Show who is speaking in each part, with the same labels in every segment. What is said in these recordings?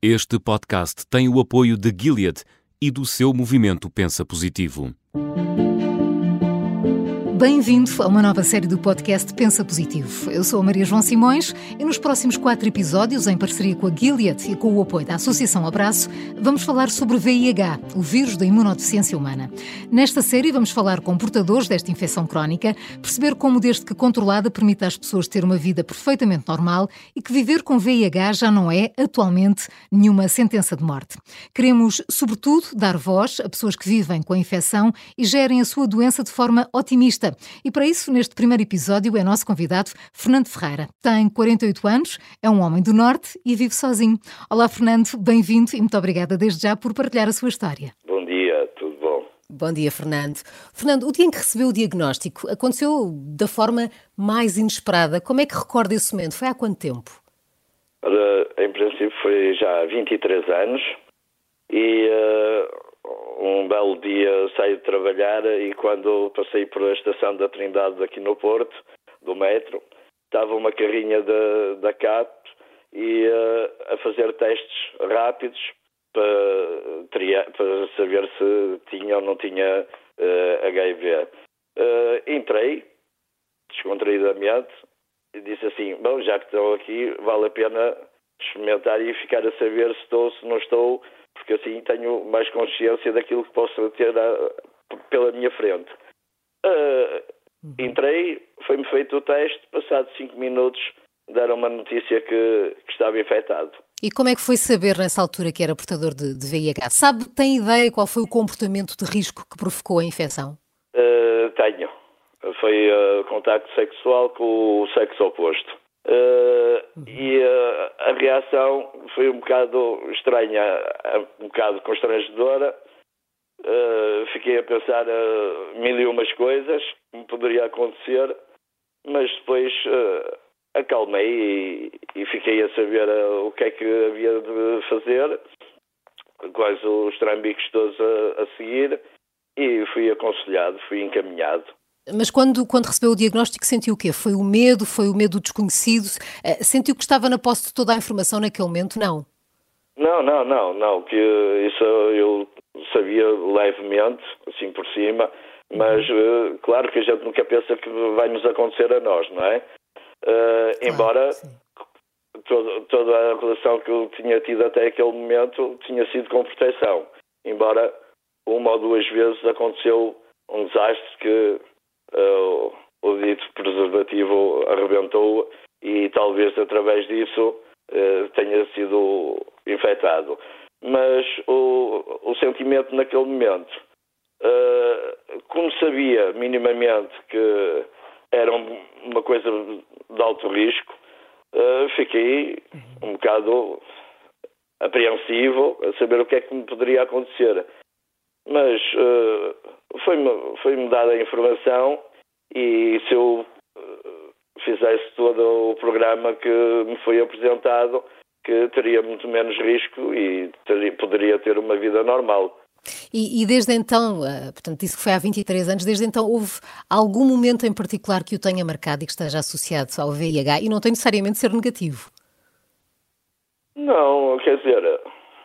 Speaker 1: Este podcast tem o apoio de Gilead e do seu movimento Pensa Positivo.
Speaker 2: Bem-vindo a uma nova série do podcast Pensa Positivo. Eu sou a Maria João Simões e nos próximos 4 episódios, em parceria com a Gilead e com o apoio da Associação Abraço, vamos falar sobre o VIH, o vírus da imunodeficiência humana. Nesta série vamos falar com portadores desta infecção crónica, perceber como, desde que controlada, permite às pessoas ter uma vida perfeitamente normal e que viver com VIH já não é, atualmente, nenhuma sentença de morte. Queremos, sobretudo, dar voz a pessoas que vivem com a infecção e gerem a sua doença de forma otimista. E para isso, neste primeiro episódio, é nosso convidado Fernando Ferreira. Tem 48 anos, é um homem do Norte e vive sozinho. Olá, Fernando, bem-vindo e muito obrigada desde já por partilhar a sua história.
Speaker 3: Bom dia, tudo bom?
Speaker 2: Bom dia, Fernando. Fernando, o dia em que recebeu o diagnóstico aconteceu da forma mais inesperada. Como é que recorda esse momento? Foi há quanto tempo?
Speaker 3: Em princípio foi já há 23 anos e um belo dia saí de trabalhar e quando passei por a estação da Trindade aqui no Porto, do metro, estava uma carrinha da CAP e a fazer testes rápidos para saber se tinha ou não tinha HIV. Entrei, descontraídamente, e disse assim, bom, já que estou aqui, vale a pena experimentar e ficar a saber se estou, se não estou, porque assim tenho mais consciência daquilo que posso ter pela minha frente. Entrei, foi-me feito o teste, passado 5 minutos deram uma notícia que estava infectado.
Speaker 2: E como é que foi saber nessa altura que era portador de VIH? Tem ideia qual foi o comportamento de risco que provocou a infecção?
Speaker 3: Tenho. Foi contacto sexual com o sexo oposto. E a reação foi um bocado estranha, um bocado constrangedora. Fiquei a pensar mil e umas coisas que me poderia acontecer, mas depois acalmei e fiquei a saber o que é que havia de fazer, quais os trâmbitos todos a seguir, e fui aconselhado, fui encaminhado.
Speaker 2: Mas quando recebeu o diagnóstico, sentiu o quê? Foi o medo desconhecido? Sentiu que estava na posse de toda a informação naquele momento? Não.
Speaker 3: Não, que isso eu sabia levemente, assim por cima, mas claro que a gente nunca pensa que vai nos acontecer a nós, não é? Embora toda a relação que eu tinha tido até aquele momento tinha sido com proteção, embora uma ou duas vezes aconteceu um desastre que o dito preservativo arrebentou e talvez através disso tenha sido infectado. Mas o sentimento naquele momento, como sabia minimamente que era uma coisa de alto risco, fiquei um bocado apreensivo a saber o que é que me poderia acontecer. Mas foi-me dada a informação e se eu fizesse todo o programa que me foi apresentado, que teria muito menos risco e poderia ter uma vida normal.
Speaker 2: E desde então, portanto, disse que foi há 23 anos, desde então houve algum momento em particular que o tenha marcado e que esteja associado ao VIH e não tem necessariamente de ser negativo?
Speaker 3: Não, quer dizer...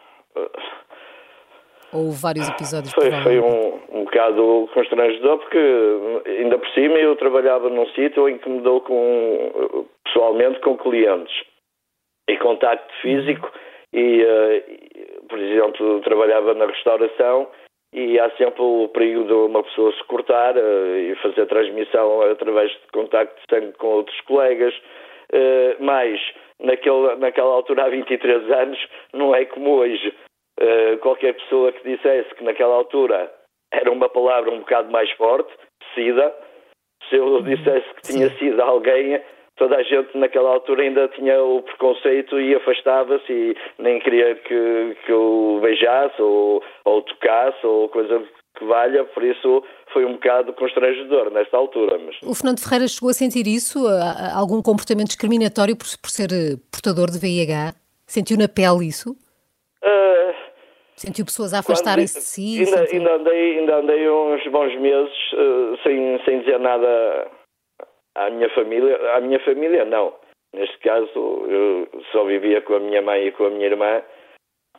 Speaker 2: Ou vários episódios?
Speaker 3: Foi um bocado constrangedor, porque ainda por cima eu trabalhava num sítio em que me dou pessoalmente com clientes em contacto físico e, por exemplo, trabalhava na restauração e há sempre o perigo de uma pessoa se cortar e fazer transmissão através de contacto de sangue com outros colegas, mas naquela altura, há 23 anos, não é como hoje. Qualquer pessoa que dissesse que naquela altura era uma palavra um bocado mais forte, SIDA, se eu dissesse que tinha sido alguém, toda a gente naquela altura ainda tinha o preconceito e afastava-se e nem queria que eu beijasse ou tocasse ou coisa que valha, por isso foi um bocado constrangedor nesta altura. Mas...
Speaker 2: O Fernando Ferreira chegou a sentir isso? Algum comportamento discriminatório por ser portador de VIH? Sentiu na pele isso? Sentiu pessoas a afastarem-se de si?
Speaker 3: Ainda andei uns bons meses sem dizer nada à minha família. À minha família, não. Neste caso, eu só vivia com a minha mãe e com a minha irmã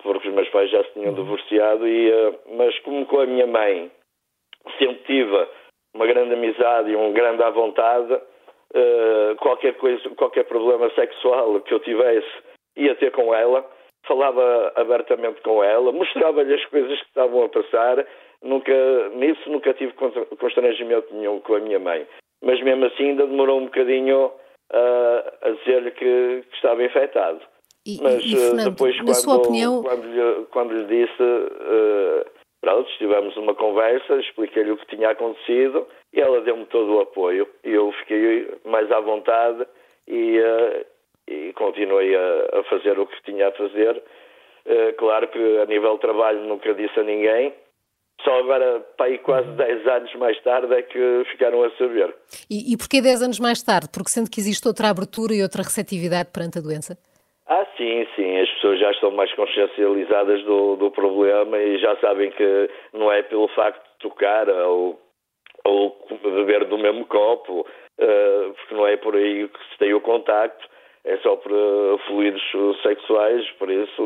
Speaker 3: porque os meus pais já se tinham divorciado, mas como com a minha mãe sempre tive uma grande amizade e um grande à vontade, qualquer problema sexual que eu tivesse, ia ter com ela, falava abertamente com ela, mostrava-lhe as coisas que estavam a passar, nisso nunca tive constrangimento nenhum com a minha mãe. Mas mesmo assim ainda demorou um bocadinho a dizer-lhe que estava infectado. Mas
Speaker 2: Fernando,
Speaker 3: depois,
Speaker 2: na sua opinião...
Speaker 3: quando lhe disse, pronto, tivemos uma conversa, expliquei-lhe o que tinha acontecido e ela deu-me todo o apoio. E eu fiquei mais à vontade e continuei a fazer o que tinha a fazer. Claro que a nível de trabalho nunca disse a ninguém. Só agora, para aí quase 10 anos mais tarde, é que ficaram a saber.
Speaker 2: E porquê 10 anos mais tarde? Porque sendo que existe outra abertura e outra receptividade perante a doença?
Speaker 3: Sim. As pessoas já estão mais consciencializadas do problema e já sabem que não é pelo facto de tocar ou beber do mesmo copo, porque não é por aí que se tem o contacto, é só por fluidos sexuais, por isso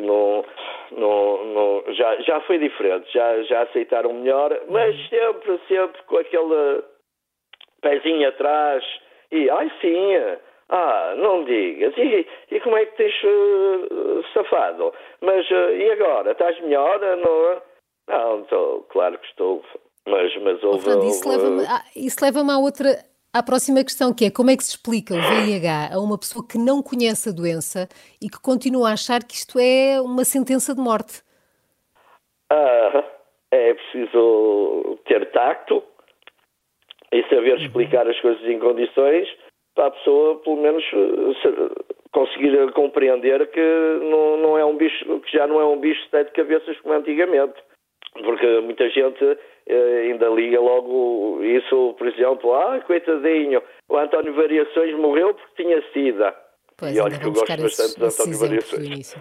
Speaker 3: já foi diferente, já aceitaram melhor, mas sempre com aquele pezinho atrás e, não digas, e como é que tens safado? Mas e agora, estás melhor? Não, estou, claro que estou, mas houve...
Speaker 2: Fernando, isso leva-me à próxima questão, que é como é que se explica o VIH a uma pessoa que não conhece a doença e que continua a achar que isto é uma sentença de morte?
Speaker 3: É preciso ter tacto e saber explicar as coisas em condições para a pessoa, pelo menos, conseguir compreender que não é um bicho, que já não é um bicho de 7 cabeças como antigamente. Porque muita gente ainda liga logo isso, por exemplo, coitadinho, o António Variações morreu porque tinha sida.
Speaker 2: Pois,
Speaker 3: e olha que eu gosto bastante de António Variações.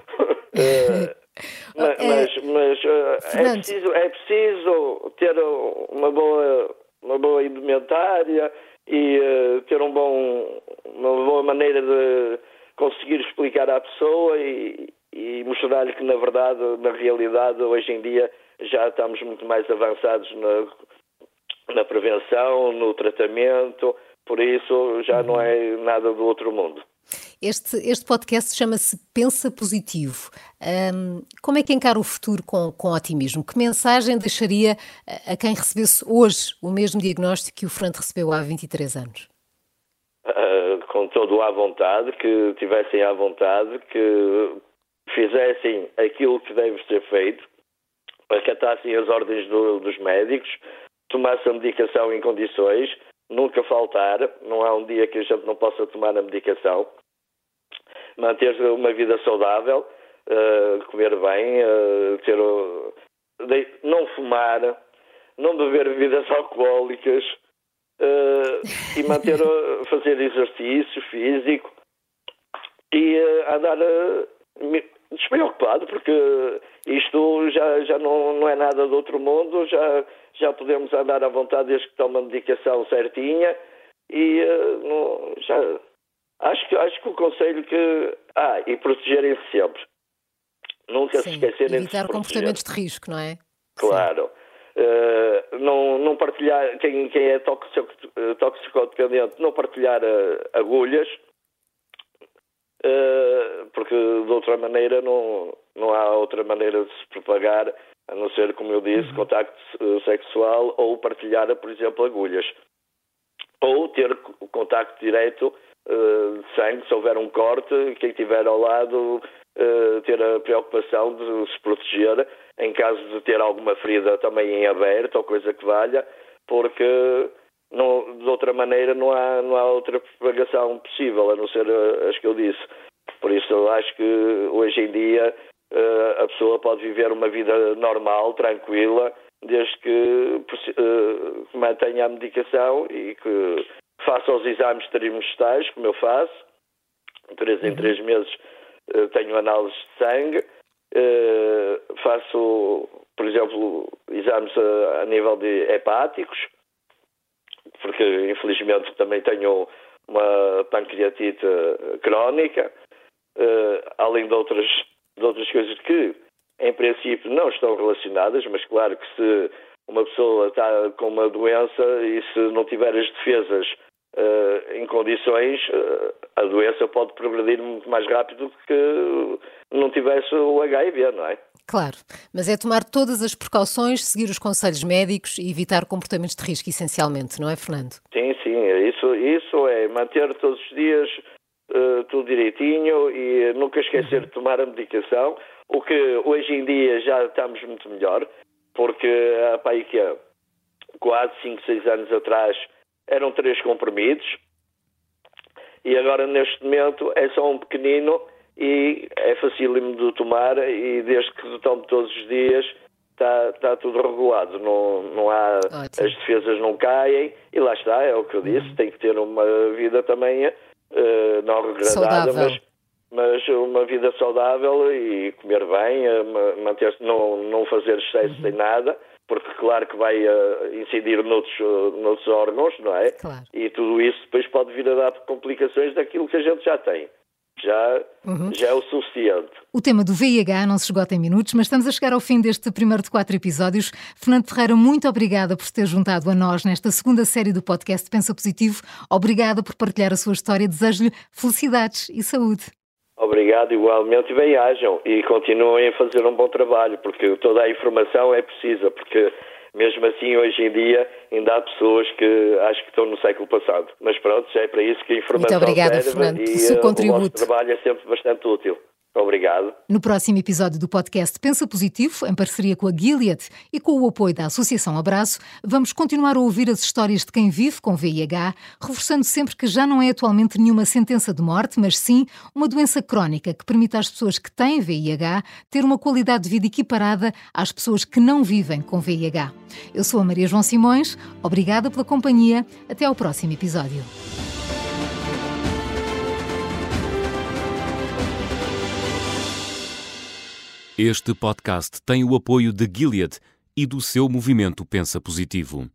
Speaker 3: Mas é preciso ter uma boa indumentária e ter uma boa maneira de conseguir explicar à pessoa e mostrar-lhe que, na verdade, na realidade, hoje em dia, já estamos muito mais avançados na prevenção, no tratamento, por isso já não é nada do outro mundo.
Speaker 2: Este podcast chama-se Pensa Positivo. Como é que encara o futuro com otimismo? Que mensagem deixaria a quem recebesse hoje o mesmo diagnóstico que o Fernando recebeu há 23 anos?
Speaker 3: Com todo à vontade, que tivessem à vontade, que fizessem aquilo que deve ser feito, acatassem as ordens dos médicos, tomassem a medicação em condições, nunca faltar, não há um dia que a gente não possa tomar a medicação, manter uma vida saudável, comer bem, não fumar, não beber bebidas alcoólicas e fazer exercício físico e andar despreocupado, porque isto já não é nada do outro mundo, já podemos andar à vontade desde que toma a medicação certinha e acho que o conselho e protegerem-se sempre. Nunca se esquecerem de se
Speaker 2: evitar comportamentos de risco, não é?
Speaker 3: Claro. Não partilhar, quem é toxicodependente, não partilhar agulhas, porque de outra maneira não há outra maneira de se propagar, a não ser, como eu disse, contacto sexual ou partilhar, por exemplo, agulhas. Ou ter contacto direto de sangue, se houver um corte, quem estiver ao lado ter a preocupação de se proteger em caso de ter alguma ferida também em aberto ou coisa que valha, porque de outra maneira não há outra propagação possível, a não ser as que eu disse. Por isso eu acho que hoje em dia a pessoa pode viver uma vida normal, tranquila, desde que mantenha a medicação e que faça os exames trimestrais, como eu faço. 3 em 3 meses tenho análises de sangue. Faço, por exemplo, exames a nível de hepáticos, porque infelizmente também tenho uma pancreatite crónica, além de outras coisas que em princípio não estão relacionadas, mas claro que se uma pessoa está com uma doença e se não tiver as defesas em condições, a doença pode progredir muito mais rápido do que não tivesse o HIV, não é?
Speaker 2: Claro, mas é tomar todas as precauções, seguir os conselhos médicos e evitar comportamentos de risco, essencialmente, não é, Fernando?
Speaker 3: Sim, isso é manter todos os dias tudo direitinho e nunca esquecer de tomar a medicação, o que hoje em dia já estamos muito melhor, porque há aí que quase 5, 6 anos atrás eram 3 comprimidos e agora neste momento é só um pequenino e é facílimo de tomar e desde que tomo todos os dias está tudo regulado, não há,
Speaker 2: Ótimo.
Speaker 3: as defesas não caem e lá está, é o que eu disse, tem que ter uma vida também não regradada, mas uma vida saudável e comer bem, manter-se, não fazer excesso sem nada, porque claro que vai incidir noutros órgãos, não é?
Speaker 2: Claro.
Speaker 3: E tudo isso depois pode vir a dar complicações daquilo que a gente já tem. Já é o suficiente.
Speaker 2: O tema do VIH não se esgota em minutos, mas estamos a chegar ao fim deste primeiro de 4 episódios. Fernando Ferreira, muito obrigada por se ter juntado a nós nesta segunda série do podcast Pensa Positivo. Obrigada por partilhar a sua história. Desejo-lhe felicidades e saúde.
Speaker 3: Obrigado, igualmente, e bem-ajam. E continuem a fazer um bom trabalho, porque toda a informação é precisa, porque mesmo assim, hoje em dia, ainda há pessoas que acho que estão no século passado. Mas pronto, já é para isso que a informação
Speaker 2: Muito obrigada,
Speaker 3: serve
Speaker 2: Fernando, pelo
Speaker 3: e
Speaker 2: seu contributo.
Speaker 3: o vosso trabalho é sempre bastante útil. Obrigado.
Speaker 2: No próximo episódio do podcast Pensa Positivo, em parceria com a Gilead e com o apoio da Associação Abraço, vamos continuar a ouvir as histórias de quem vive com VIH, reforçando sempre que já não é atualmente nenhuma sentença de morte, mas sim uma doença crónica que permite às pessoas que têm VIH ter uma qualidade de vida equiparada às pessoas que não vivem com VIH. Eu sou a Maria João Simões, obrigada pela companhia, até ao próximo episódio.
Speaker 1: Este podcast tem o apoio de Gilead e do seu movimento Pensa Positivo.